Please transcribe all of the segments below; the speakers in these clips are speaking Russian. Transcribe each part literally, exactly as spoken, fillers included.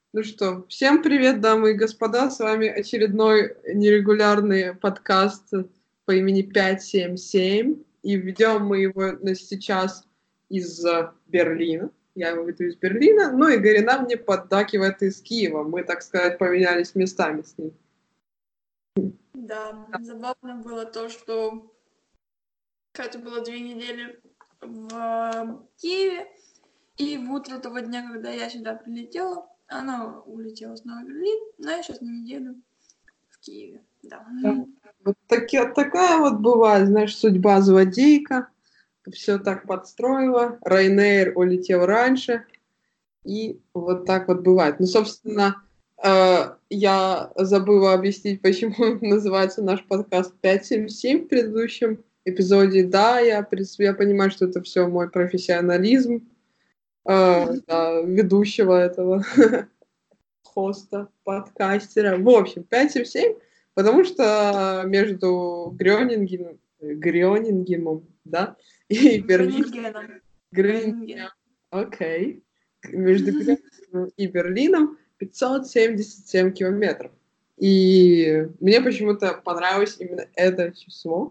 Ну что, всем привет, дамы и господа, с вами очередной нерегулярный подкаст по имени пять семь семь, и ведем мы его на сейчас из Берлина, я его веду из Берлина, ну и Гарина мне поддакивает из Киева, мы, так сказать, поменялись местами с ней. Да, забавно было то, что Катя была две недели в Киеве, и в утро того дня, когда я сюда прилетела, она улетела снова в Берлин, но я сейчас на неделю в Киеве, да. Вот таки, такая вот бывает, знаешь, судьба злодейка, все так подстроила, Ryanair улетел раньше, и вот так вот бывает. Ну, собственно, э, я забыла объяснить, почему называется наш подкаст пять семь семь в предыдущем эпизоде. Да, я, я понимаю, что это все мой профессионализм э, да, ведущего этого хоста, подкастера. В общем, пять семь семь, потому что между Грёнингеном, Грёнингеном, да, и Берлином. Грёнингеном. Окей. Между Грёнингеном и Берлином пятьсот семьдесят семь километров. И мне почему-то понравилось именно это число.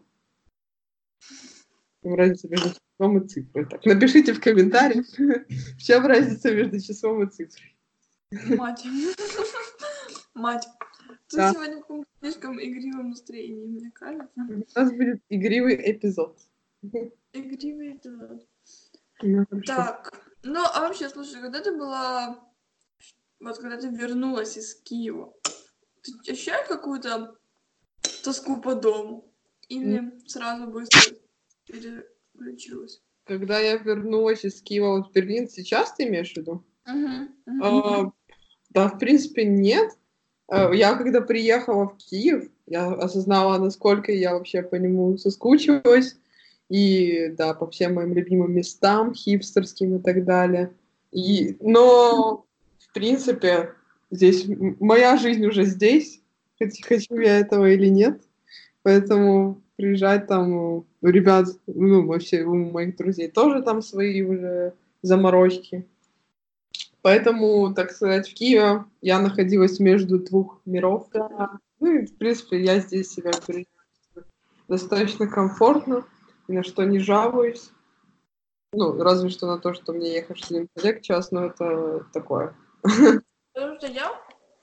Разница между числом и цифрой. Так, напишите в комментариях, в чем разница между числом и цифрой. Мать. Мать. Ты Да. сегодня в каком-то слишком игривом настроении, мне кажется. У нас будет игривый эпизод. Игривый эпизод. Ну, так, ну а вообще, слушай, когда ты была, вот когда ты вернулась из Киева, ты ощущаешь какую-то тоску по дому? Или сразу быстро переключилась? Когда я вернулась из Киева в Берлин, сейчас ты имеешь в виду? Uh-huh, uh-huh. А, да, в принципе, нет. Я когда приехала в Киев, я осознала, насколько я вообще по нему соскучилась. И, да, по всем моим любимым местам, хипстерским и так далее. И, но, в принципе, здесь моя жизнь уже здесь, хочу я этого или нет. Поэтому приезжать там у ребят, ну, вообще у моих друзей тоже там свои уже заморочки. Поэтому, так сказать, в Киеве я находилась между двух миров. Да. Ну и, в принципе, я здесь себя чувствую достаточно комфортно, ни на что не жалуюсь. Ну, разве что на то, что мне ехать шлем человек час, но это такое. Потому что я,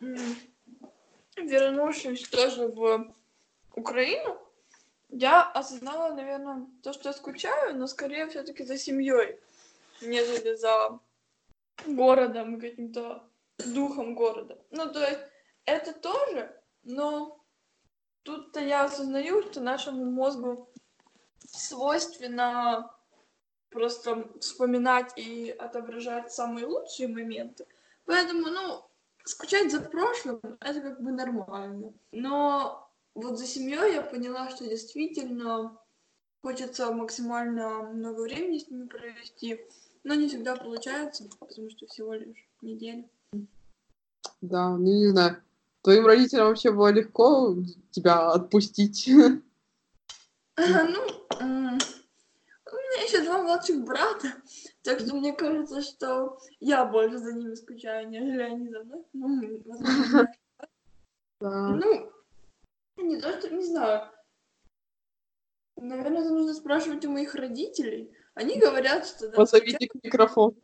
вернувшись тоже в Украину, я осознала, наверное, то, что я скучаю, но скорее все-таки за семьей, нежели за городом и каким-то духом города. Ну, то есть это тоже, но тут-то я осознаю, что нашему мозгу свойственно просто вспоминать и отображать самые лучшие моменты. Поэтому, ну, скучать за прошлым, это как бы нормально. Но вот за семьей я поняла, что действительно хочется максимально много времени с ними провести, но не всегда получается, потому что всего лишь неделя. Да, ну не знаю. Твоим родителям вообще было легко тебя отпустить? Ну, у меня еще два младших брата, так что мне кажется, что я больше за ними скучаю, нежели они за мной. Ну, возможно, Да. Ну, не то, что, не знаю. Наверное, это нужно спрашивать у моих родителей. Они говорят, что да. Позовите к микрофону.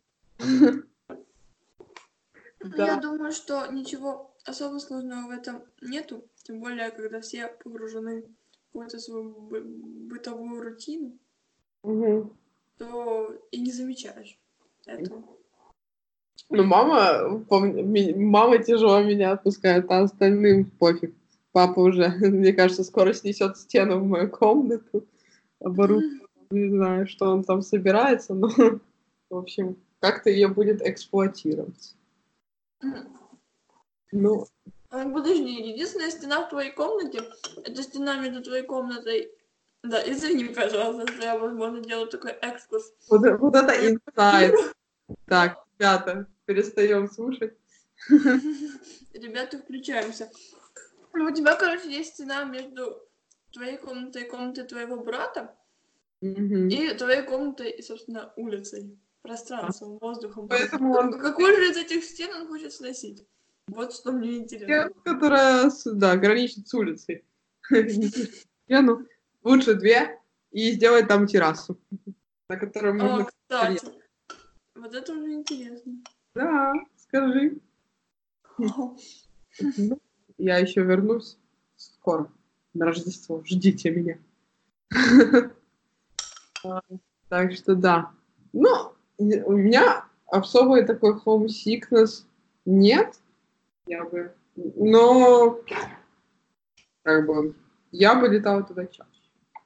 Я думаю, что ничего особо сложного в этом нету. Тем более, когда все погружены в какую-то свою бы- бытовую рутину, Угу. то и не замечаешь этого. Ну, мама, помни, мама тяжело меня отпускает, а остальным пофиг. Папа уже, мне кажется, скоро снесет стену в мою комнату. Оборудование, не знаю, что он там собирается, но, в общем, как-то ее будет эксплуатировать. Ну, Подожди, единственная стена в твоей комнате, это стена между твоей комнатой. Да, извини, пожалуйста, что я, возможно, делаю такой экскурс. вот, вот это инсайт. Так, ребята, перестаем слушать. Ребята, включаемся. Ну, у тебя, короче, есть стена между твоей комнатой и комнатой твоего брата, Угу. и твоей комнатой и, собственно, улицей, пространством, воздухом. Поэтому он... Какую же из этих стен он хочет сносить? Вот что мне интересно. Стену, которая, с- да, граничит с улицей. Стену. Лучше две. И сделать там террасу, на которой можно... О, кстати, вот это уже интересно. Да, скажи. О, Ну, я еще вернусь скоро на Рождество. Ждите меня. А, Так что да. Ну, и- у меня особой такой homesickness нет. Я бы... Но, как бы, я бы летала туда чаще.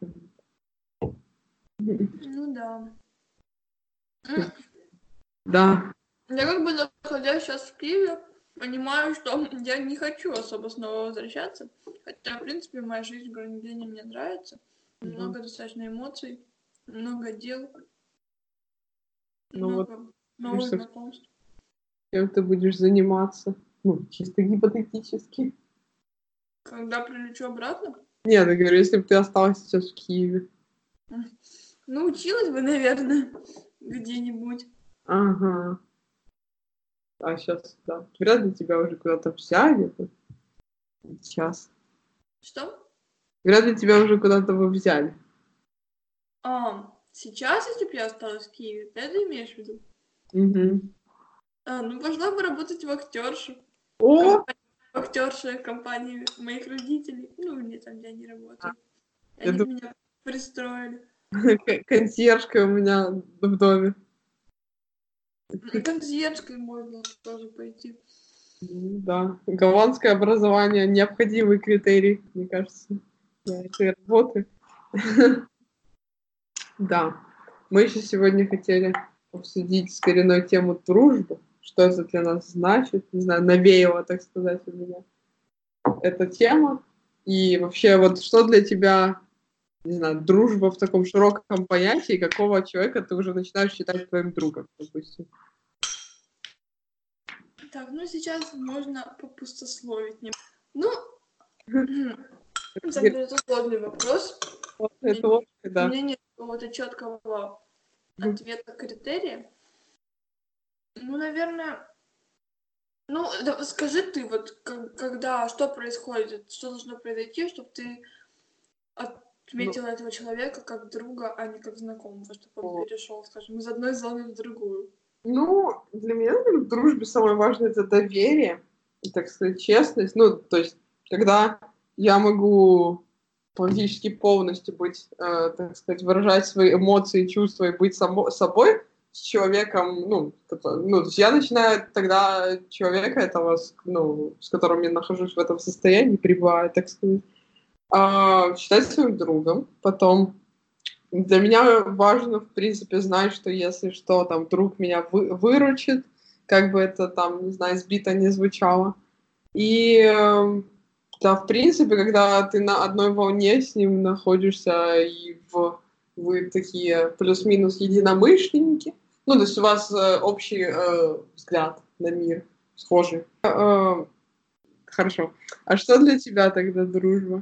ну да. М, Да. Я как бы, находясь сейчас в Киеве, понимаю, что я не хочу особо снова возвращаться. Хотя, в принципе, моя жизнь в Грандене мне нравится. Много достаточно эмоций, много дел, Ну вот, много новых кажется, знакомств. чем ты будешь заниматься? Ну, чисто гипотетически. Когда прилечу обратно, Нет, я говорю, если бы ты осталась сейчас в Киеве. научилась бы, наверное, где-нибудь. Ага. А сейчас, да. Вряд ли тебя уже куда-то взяли бы сейчас. Что? Вряд ли тебя уже куда-то бы взяли. А, сейчас, если бы я осталась в Киеве, ты это имеешь в виду? Угу. А, ну пошла бы работать в актершу. О! Актерша компании моих родителей. Ну, не там, где они работают. Я Они бы меня пристроили. думаю, к- консьержка у меня в доме. Ну, консьержкой можно тоже пойти. Ну да. Голландское образование — необходимый критерий, мне кажется, для этой работы. Да. Мы еще сегодня хотели обсудить с Кариной тему дружбы. Что это для нас значит. Не знаю, навеяло, так сказать, у меня эта тема. И вообще, вот что для тебя, не знаю, дружба в таком широком понятии, какого человека ты уже начинаешь считать твоим другом, допустим. Так, ну сейчас можно попустословить. не- Ну, на самом деле, это сложный вопрос. Вот У меня это вот, у да. меня нет какого-то четкого ответа, критерия. Ну, наверное, ну, да, скажи ты, вот к- когда, что происходит, что должно произойти, чтобы ты Ну, отметила этого человека как друга, а не как знакомого, чтобы он о. перешел, скажем, из одной зоны в другую. Ну, для меня, наверное, в дружбе самое важное — это доверие и, так сказать, честность. Ну, то есть, когда я могу практически полностью быть, э, так сказать, выражать свои эмоции, чувства и быть само, собой с человеком, ну, кто- ну, то есть я начинаю тогда человека этого, с- ну, с которым я нахожусь в этом состоянии, пребываю, так сказать, а, считать своим другом. Потом для меня важно, в принципе, знать, что если что, там, друг меня вы, выручит, как бы это там, не знаю, сбито не звучало. И э, да, в принципе, когда ты на одной волне с ним находишься, и в, вы такие плюс-минус единомышленники, ну, то есть у вас э, общий э, взгляд на мир схожий. Э, хорошо. А что для тебя тогда дружба?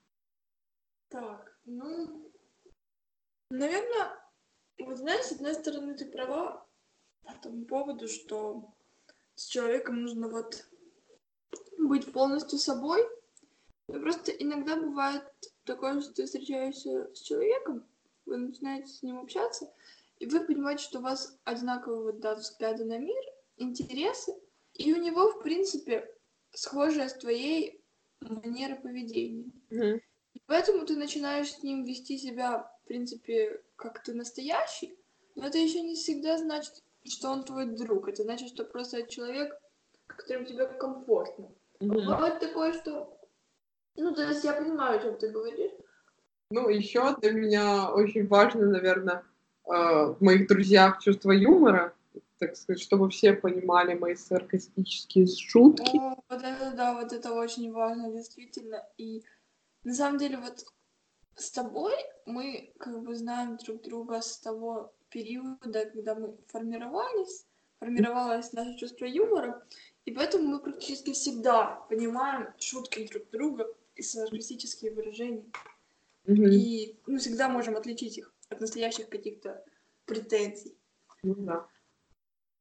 Так, ну, наверное, вот знаешь, с одной стороны, ты права по тому поводу, что с человеком нужно вот быть полностью собой. И просто иногда бывает такое, что ты встречаешься с человеком, вы начинаете с ним общаться, и вы понимаете, что у вас одинаковые вот, да, взгляды на мир, интересы, и у него, в принципе, схожая с твоей манера поведения. Мгм. И поэтому ты начинаешь с ним вести себя, в принципе, как ты настоящий, но это еще не всегда значит, что он твой друг. Это значит, что просто человек, с которым тебе комфортно. Мгм. Бывает такое, что... Ну, то есть я понимаю, о чем ты говоришь. Ну, еще для меня очень важно, наверное, в моих друзьях чувство юмора, так сказать, чтобы все понимали мои саркастические шутки. О, вот это да, вот это очень важно, действительно. И на самом деле вот с тобой мы как бы знаем друг друга с того периода, когда мы формировались, формировалось наше чувство юмора, и поэтому мы практически всегда понимаем шутки друг друга и саркастические выражения. Мгм. И мы всегда можем отличить их от настоящих каких-то претензий. Ну да.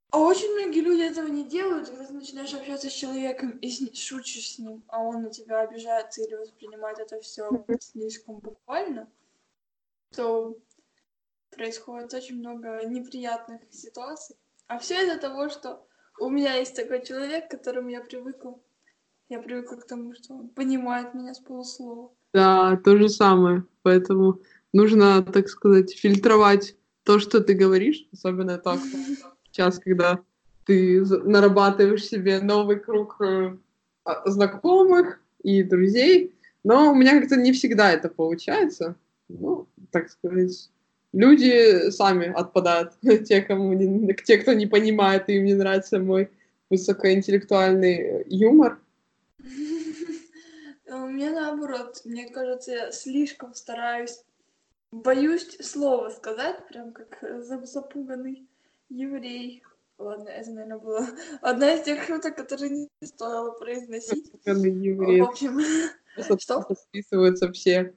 А очень многие люди этого не делают, когда ты начинаешь общаться с человеком и с- шутишь с ним, а он на тебя обижается или воспринимает это все слишком буквально, то происходит очень много неприятных ситуаций. А все из-за того, что у меня есть такой человек, к которому я привыкла. Я привыкла к тому, что он понимает меня с полуслова. Да, то же самое. Поэтому нужно, так сказать, фильтровать то, что ты говоришь, особенно так сейчас, когда ты з- нарабатываешь себе новый круг э, а, знакомых и друзей. Но у меня как-то не всегда это получается. Ну, так сказать, люди сами отпадают. Те, кому не, те, кто не понимает, и им не нравится мой высокоинтеллектуальный юмор. А у меня наоборот, мне кажется, я слишком стараюсь, боюсь слово сказать, прям как э, зап- запуганный еврей. Ладно, это, наверное, была одна из тех шуток, которые не стоило произносить. Напуганный В еврей. общем, Просто что? списываются все.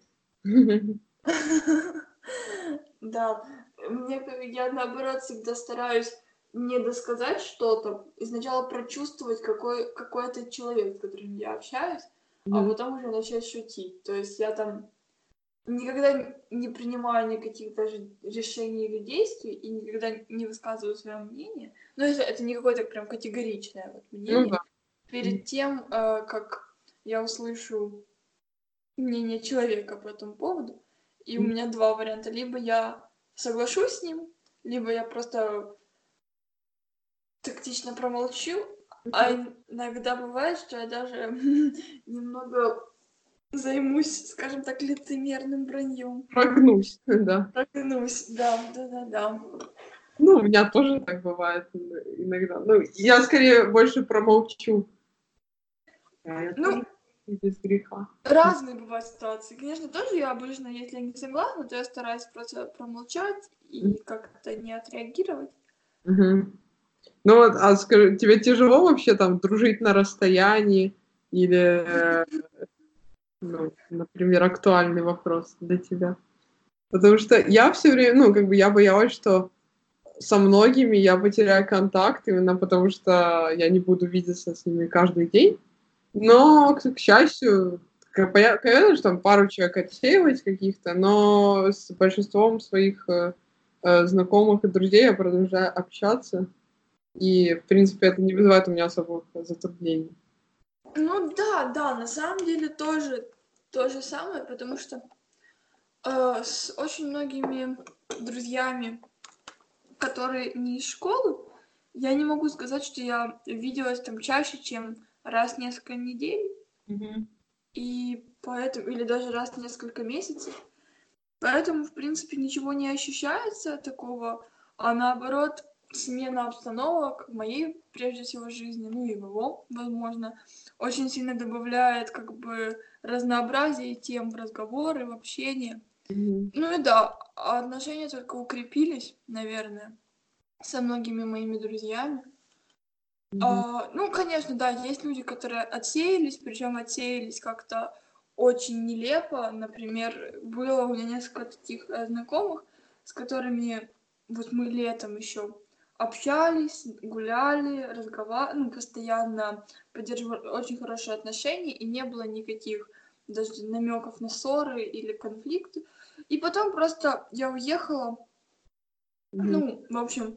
Да, мне, как- я наоборот всегда стараюсь не досказать что-то, и сначала прочувствовать, какой, какой это человек, с которым я общаюсь, а Мгм. потом уже начать шутить. То есть я там никогда не принимаю никаких даже решений или действий и никогда не высказываю свое мнение. Но это, это не какое-то прям категоричное вот Ну мнение. да. Перед тем, э, как я услышу мнение человека по этому поводу, и у Мгм. меня два варианта. Либо я соглашусь с ним, либо я просто тактично промолчу, а иногда бывает, что я даже немного займусь, скажем так, лицемерным враньем. Прогнусь, да. Прогнусь, да, да-да-да. Ну, у меня тоже так бывает иногда. Ну, я скорее больше промолчу. Да, я Ну, тоже не без греха. разные бывают ситуации. Конечно, тоже я обычно, если я не согласна, то я стараюсь просто промолчать и как-то не отреагировать. Мгм. Ну вот, а скажи, тебе тяжело вообще там дружить на расстоянии или, э, ну, например, актуальный вопрос для тебя? Потому что я все время, ну, как бы я боялась, что со многими я потеряю контакт именно потому, что я не буду видеться с ними каждый день. Но, к к счастью, к поня понятно, что там пару человек отсеивать каких-то, но с большинством своих, э, э, знакомых и друзей я продолжаю общаться. И, в принципе, это не вызывает у меня особых затруднений. Ну да, да, на самом деле тоже то же самое, потому что э, с очень многими друзьями, которые не из школы, я не могу сказать, что я виделась там чаще, чем раз в несколько недель, Мгм. и поэтому, или даже раз в несколько месяцев. Поэтому, в принципе, ничего не ощущается такого, а наоборот, смена обстановок в моей, прежде всего, жизни, ну и в его, возможно, очень сильно добавляет как бы разнообразие тем в разговоры, в общение. Мгм. Ну и да, а отношения только укрепились, наверное, со многими моими друзьями. Мгм. А, ну, конечно, да, есть люди, которые отсеялись, причем отсеялись как-то очень нелепо. Например, было у меня несколько таких э, знакомых, с которыми вот мы летом еще общались, гуляли, разговаривали, ну, постоянно поддерживали очень хорошие отношения, и не было никаких даже намеков на ссоры или конфликты. И потом просто я уехала, Мгм. ну, в общем,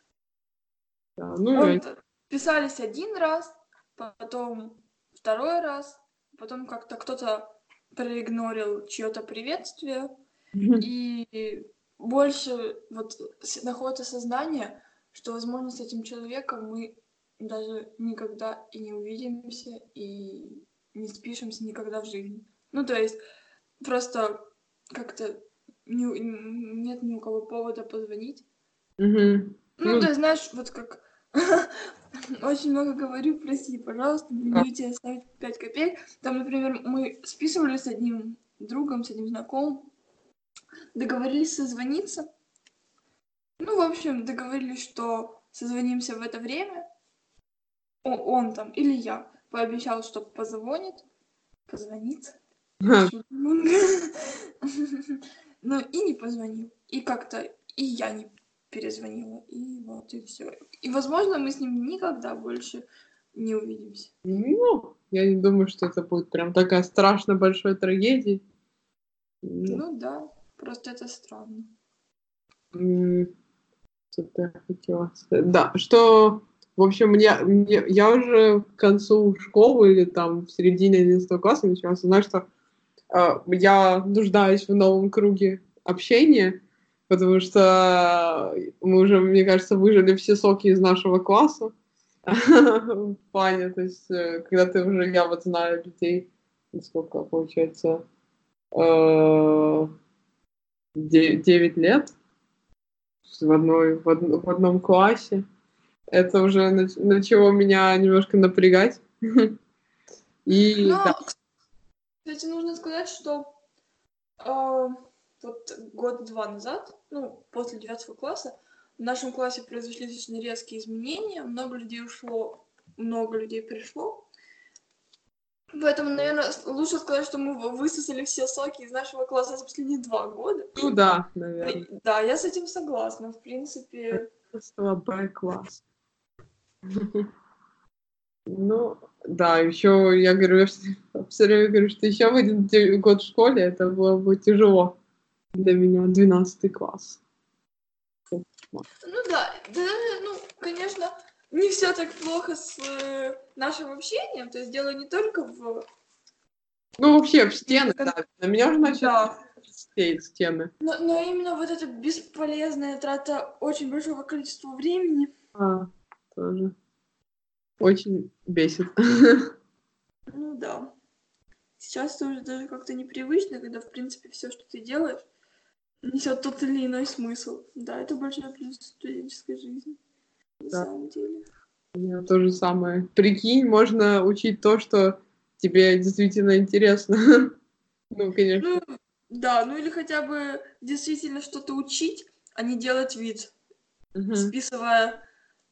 Да, ну, и он писались один раз, потом второй раз, потом как-то кто-то проигнорил чье-то приветствие, они и больше вот с- находит осознание, что, возможно, с этим человеком мы даже никогда и не увидимся, и не спишемся никогда в жизни. Ну, то есть просто как-то не- нет ни у кого повода позвонить. Мгм. Ну, Ну ты знаешь, вот как очень много говорю, прости, пожалуйста, не да. буду тебе ставить пять копеек. Там, например, мы списывались с одним другом, с одним знакомым, договорились созвониться. Ну, в общем, договорились, что созвонимся в это время. О, он там или я пообещал, что позвонит, позвонит. Шучу. Ну, и не позвонил. И как-то и я не перезвонила, и вот, и все. И, возможно, мы с ним никогда больше не увидимся. Ну, я не думаю, что это будет прям такая страшно большой трагедией. Ну, Ну да, просто это странно. м, что-то я хотела сказать. Да, что, в общем, я, мне- я уже к концу школы или там в середине одиннадцатого класса начала осознавать, что э, я нуждаюсь в новом круге общения, потому что мы уже, мне кажется, выжили все соки из нашего класса. В плане, то есть, э, когда ты уже, я вот знаю людей, сколько получается, э, де- девять лет в, одной, в, од- в одном классе. Это уже нач- начало меня немножко напрягать. И да, Но, кстати, нужно сказать, что а, вот год-два назад, ну, после девятого класса, в нашем классе произошли достаточно резкие изменения, много людей ушло, много людей пришло. Поэтому, наверное, лучше сказать, что мы вы- высосали все соки из нашего класса за последние два года. ну да, И наверное. да, я с этим согласна. В принципе, Просто Б-класс. Ну, да, еще я говорю, я все, все время говорю, что еще в один де- год в школе это было бы тяжело для меня, двенадцатый класс. ну да, да, ну, конечно, не все так плохо с э, нашим общением. То есть дело не только в... Ну, вообще, в стены, да. На меня уже начали Да, стены. стены. но, но именно вот эта бесполезная трата очень большого количества времени. А, тоже. Очень бесит. Ну да. Сейчас это уже даже как-то непривычно, когда, в принципе, все, что ты делаешь, несет тот или иной смысл. Да, это большой плюс студенческой жизни, на Да, самом деле. у меня то же самое. Прикинь, можно учить то, что тебе действительно интересно. Ну, конечно. Ну, да, ну или хотя бы действительно что-то учить, а не делать вид, Мгм. списывая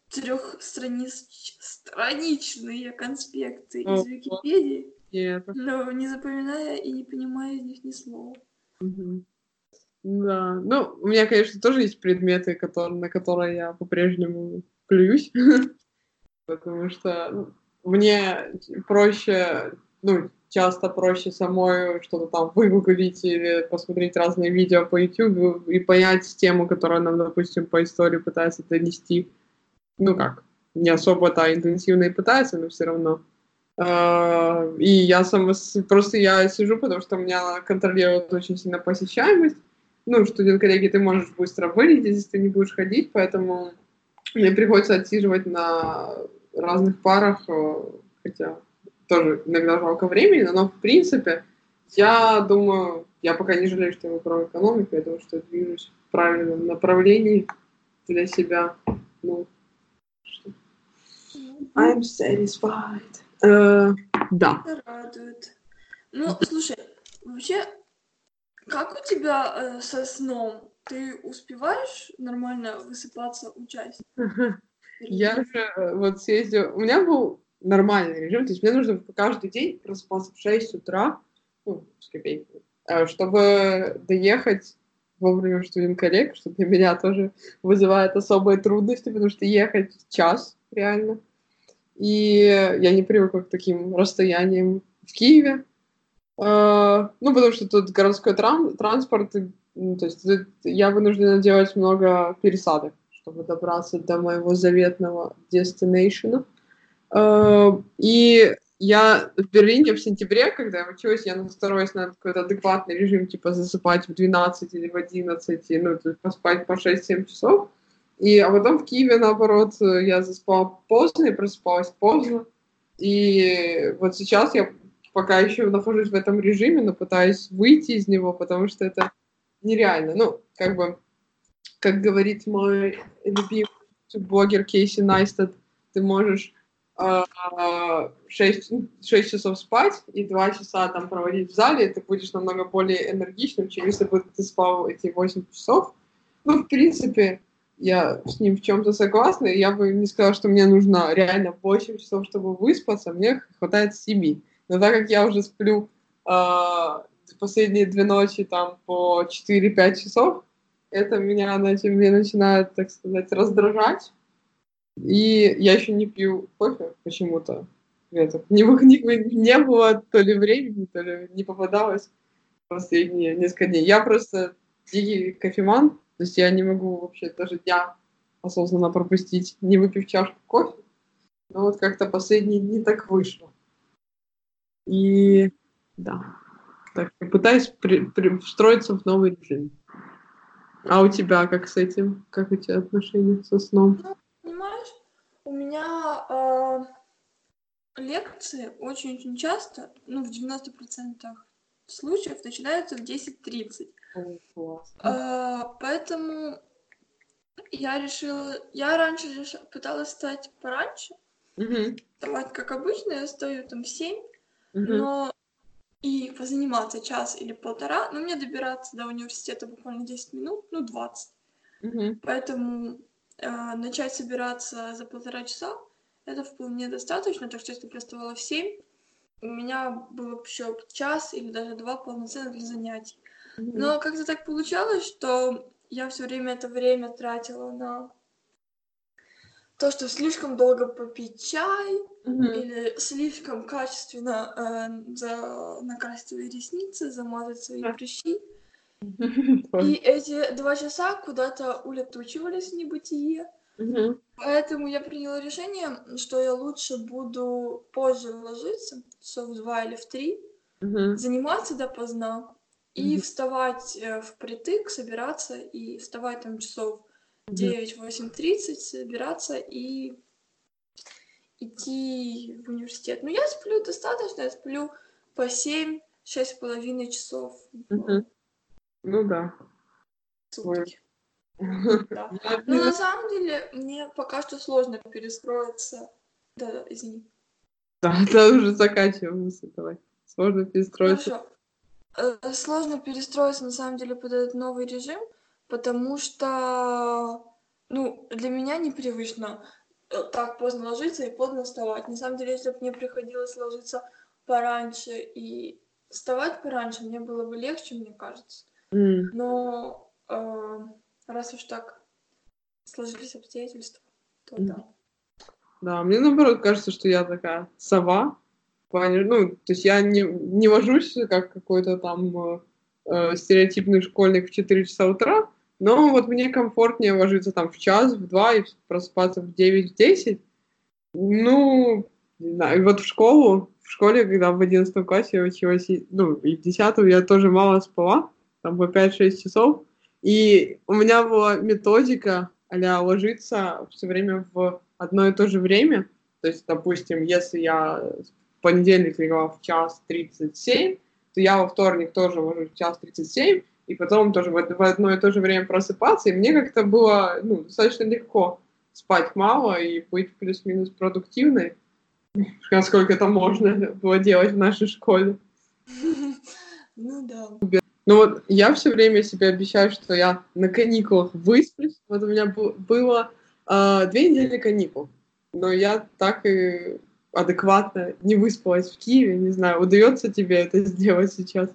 трехстраничные конспекты О, из Википедии, нет. но не запоминая и не понимая из них ни слова. Мгм. Да. Ну, у меня, конечно, тоже есть предметы, которые, на которые я по-прежнему плююсь, потому что ну, мне проще, ну, часто проще самой что-то там выгуглить или посмотреть разные видео по YouTube и понять тему, которую нам, допустим, по истории пытается донести. Ну как, не особо-то интенсивно и пытается, но все равно. А, И я сама, с- просто я сижу, потому что у меня контролирует очень сильно посещаемость. Ну, в студент-коллеги ты можешь быстро вылететь, если ты не будешь ходить, поэтому мне приходится отсиживать на разных парах, э, хотя тоже иногда жалко времени, но в принципе я думаю, я пока не жалею, что я выбрала экономику, я думаю, что я движусь в правильном направлении для себя. Ну, что- Ну, I'm satisfied. Э, да. это радует. Ну, слушай, вообще, как у тебя э, со сном? Ты успеваешь нормально высыпаться, учась? Я Режим? же э, вот съездила... У меня был нормальный режим, то есть мне нужно каждый день просыпаться в шесть утра, ну, с копейками, э, чтобы доехать вовремя в студент-коллег, что для меня тоже вызывает особые трудности, потому что ехать час реально. И я не привыкла к таким расстояниям в Киеве. Э, Ну, потому что тут городской тран- транспорт, и, ну, то есть тут я вынуждена делать много пересадок, чтобы добраться до моего заветного destination. Э, И я в Берлине в сентябре, когда я училась, я настроилась на какой-то адекватный режим, типа засыпать в двенадцать или в одиннадцать, и, ну, то есть поспать по шесть-семь часов. И, а потом в Киеве, наоборот, э, я заспала поздно и просыпалась поздно. И вот сейчас я пока еще нахожусь в этом режиме, но пытаюсь выйти из него, потому что это нереально. Ну, как бы, как говорит мой любимый блогер Кейси Найстед, ты можешь а, шесть шесть часов спать и два часа там проводить в зале, и ты будешь намного более энергичным, чем если бы ты спал эти восемь часов. Ну, в принципе, я с ним в чем-то согласна, и я бы не сказала, что мне нужно реально восемь часов, чтобы выспаться, мне хватает семи. Но так как я уже сплю а, последние две ночи там по четыре-пять часов, Это меня, начи- меня начинает, так сказать, раздражать. И я еще не пью кофе почему-то. Это, не, мо- не, не было то ли времени, то ли не попадалось последние несколько дней. Я просто дикий кофеман, то есть я не могу вообще даже дня осознанно пропустить, не выпив чашку кофе. Но вот как-то последние дни так вышло. И да, так я пытаюсь при- при- встроиться в новый режим. А у тебя как с этим? Как у тебя отношения со сном? Ну, понимаешь, у меня а, лекции очень-очень часто, ну, в девяноста процентах случаев начинаются в десять тридцать. Ой, класс. А, поэтому я решила... Я раньше реш- пыталась встать пораньше. Мгм, Вставать, как обычно, я встаю там в семь, мгм, но и позаниматься час или полтора, но мне добираться до университета буквально десять минут, ну, двадцать. мгм, Поэтому э, начать собираться за полтора часа это вполне достаточно, так что если бы я вставала в семь, у меня было бы еще час или даже два полноценных для занятий. мгм, Но как-то так получалось, что я все время это время тратила на то, что слишком долго попить чай мгм. или слишком качественно э, за... накрасить свои ресницы, замазать свои Да. прыщи. И Тоже. эти два часа куда-то улетучивались в небытие. Мгм, Поэтому я приняла решение, что я лучше буду позже ложиться, часов в два или в три, мгм, заниматься допоздна и мгм, вставать э, впритык, собираться и вставать там часов мгм, девять восемь тридцать, собираться и идти в университет. Но я сплю достаточно, я сплю по семь-шесть с половиной часов в мгм. Ну да. Ой. сутки. Да. Я Но не на знаю. самом деле мне пока что сложно перестроиться. Да-да, извини. Да, это уже заканчиваем мысль, давай. Сложно перестроиться. Хорошо. Э, Сложно перестроиться на самом деле под этот новый режим, потому что, ну, для меня непривычно э, так поздно ложиться и поздно вставать. На самом деле, если бы мне приходилось ложиться пораньше и вставать пораньше, мне было бы легче, мне кажется. М, Но э, раз уж так сложились обстоятельства, то м. да. Да, мне наоборот кажется, что я такая сова. В плане, ну, то есть я не, не вожусь, как какой-то там э, э, стереотипный школьник в четыре часа утра, но вот мне комфортнее ложиться там в час, в два и просыпаться в девять, в десять. Ну, не знаю, и вот в школу, в школе, когда в одиннадцатом классе я училась, и- ну, и в десятом я тоже мало спала, там по пять-шесть часов, и у меня была методика а ложиться все время в одно и то же время, то есть, допустим, если я в понедельник легла в час тридцать семь, то я во вторник тоже ложусь в час тридцать семь, и потом тоже в в одно и то же время просыпаться, и мне как-то было, ну, достаточно легко спать мало и быть плюс-минус продуктивной, насколько это можно было делать в нашей школе. Ну да. Ну вот я все время себе обещаю, что я на каникулах высплюсь. Вот у меня бу- было а, две недели каникул, но я так и адекватно не выспалась в Киеве. Не знаю, удается тебе это сделать сейчас?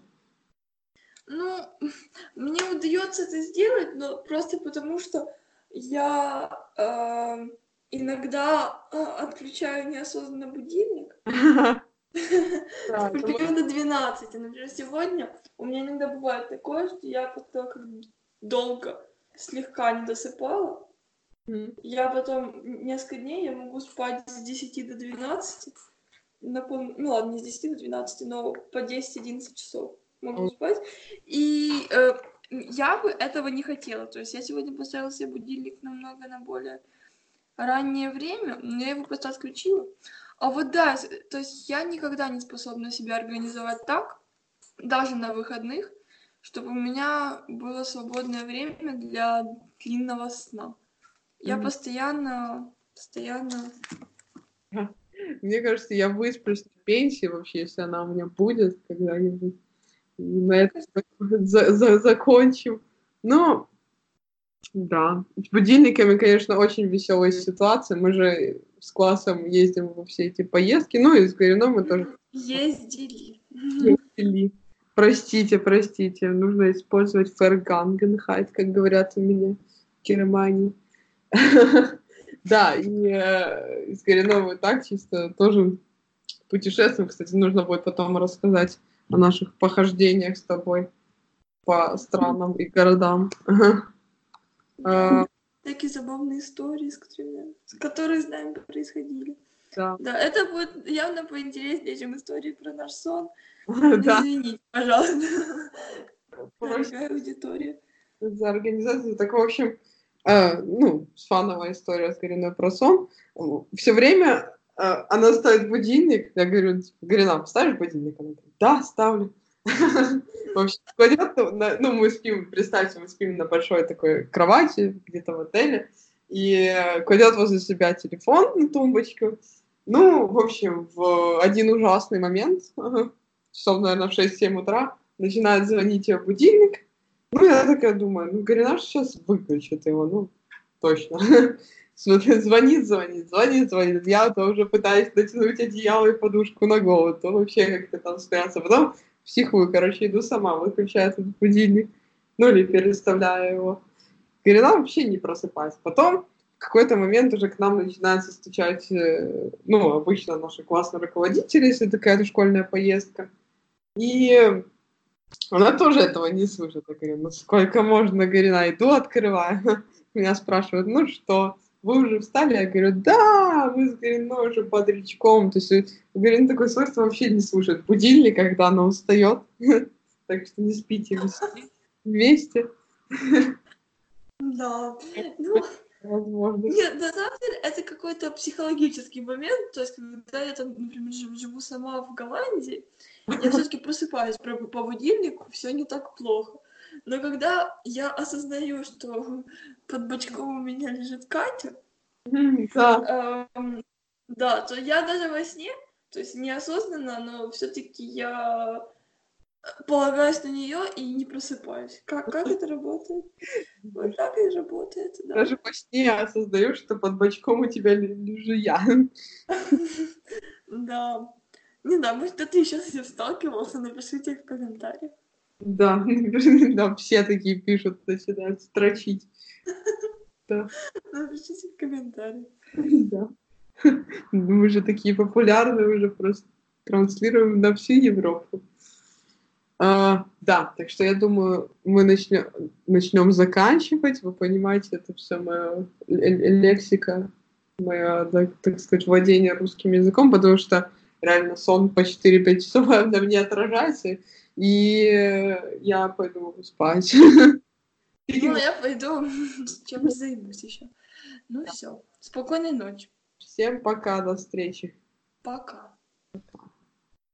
Ну, мне удается это сделать, но просто потому, что я э, иногда э, отключаю неосознанно будильник. Да, это Сплю мы- до двенадцати. Например, сегодня у меня иногда бывает такое, что я после того, как долго слегка не досыпала, Мгм. я потом несколько дней я могу спать с десяти до двенадцати. На пол... Ну ладно, не с десяти до двенадцати, но по десять-одиннадцать часов могу О, спать. И э, я бы этого не хотела. То есть я сегодня поставила себе будильник намного на более раннее время, но я его просто отключила. А вот да, с- то есть я никогда не способна себя организовать так, даже на выходных, чтобы у меня было свободное время для длинного сна. Я мгм. постоянно, постоянно... Мне кажется, я высплюсь на пенсии вообще, если она у меня будет когда-нибудь. И на этом за- за- закончим. Но да, с будильниками, конечно, очень веселая ситуация. Мы же с классом ездим во все эти поездки, ну и с Горином мы тоже Ездили. ездили. Простите, простите, нужно использовать Vergangenheit, как говорят у меня в Германии. Да, и э, с Гориновой так чисто тоже путешествуем. Кстати, нужно будет потом рассказать о наших похождениях с тобой по странам и городам. А, Такие забавные истории, с которыми, которые знаем, происходили. Да, Да, это будет явно поинтереснее, чем истории про наш сон. да, Извините, пожалуйста, проще дорогая аудитория. за организацию. Так, в общем, э, ну, фановая история с Гориной про сон. Все время э, она ставит будильник. Я говорю, типа, Горина, ставишь будильник? Она говорит, да, ставлю. В общем, кладет, на- ну, мы спим, представьте, мы спим на большой такой кровати, где-то в отеле, и э, кладет возле себя телефон на тумбочку. Ну, в общем, в один ужасный момент, часов, наверное, в шесть-семь утра, начинает звонить ее будильник. Ну, я такая думаю, ну, Горинаш сейчас выключит его, ну, точно. Смотри, звонит, звонит, звонит, звонит. Я то уже пытаюсь натянуть одеяло и подушку на голову, то вообще как-то там спрятаться. Потом психую, короче, иду сама, выключаю этот будильник, ну, или переставляю его. Горина вообще не просыпается. Потом в какой-то момент уже к нам начинается стучать, э, ну, обычно наши классные руководители, если такая-то школьная поездка. И она тоже этого не слышит. Я говорю, ну сколько можно, Горина, иду, открываю. Меня спрашивают, ну что, вы уже встали? Я говорю, да, мы с Гориной уже бодрячком. То есть Горина такое свойство вообще не слушает будильник, когда она устает. Так что не спите вместе. Да, ну, Возможно. нет, на самом деле это какой-то психологический момент, то есть когда я там, например, жив- живу сама в Голландии, я все-таки просыпаюсь по, по будильнику, все не так плохо. Но когда я осознаю, что под бочком у меня лежит Катя, М, Да, эм, да, то я даже во сне, то есть неосознанно, но все-таки я полагаюсь на нее и не просыпаюсь. Как, как это работает? Вот так и работает, да. даже во сне я осознаю, что под бочком у тебя ле- лежу я. Да. Не знаю, может, кто-то еще с этим сталкивался, напишите в комментариях. Да, да, все такие пишут, начинают строчить. Да, Напишите в комментариях. да. Мы же такие популярные, уже просто транслируем на всю Европу. А, да, так что я думаю, мы начнем, начнем заканчивать. Вы понимаете, это все моя лексика, моя, так, так сказать, владение русским языком, потому что реально сон по четыре-пять часов на мне отражается, и я пойду спать. Ну, а я пойду чем-то займусь еще. Ну все. Спокойной ночи. Всем пока, до встречи. Пока.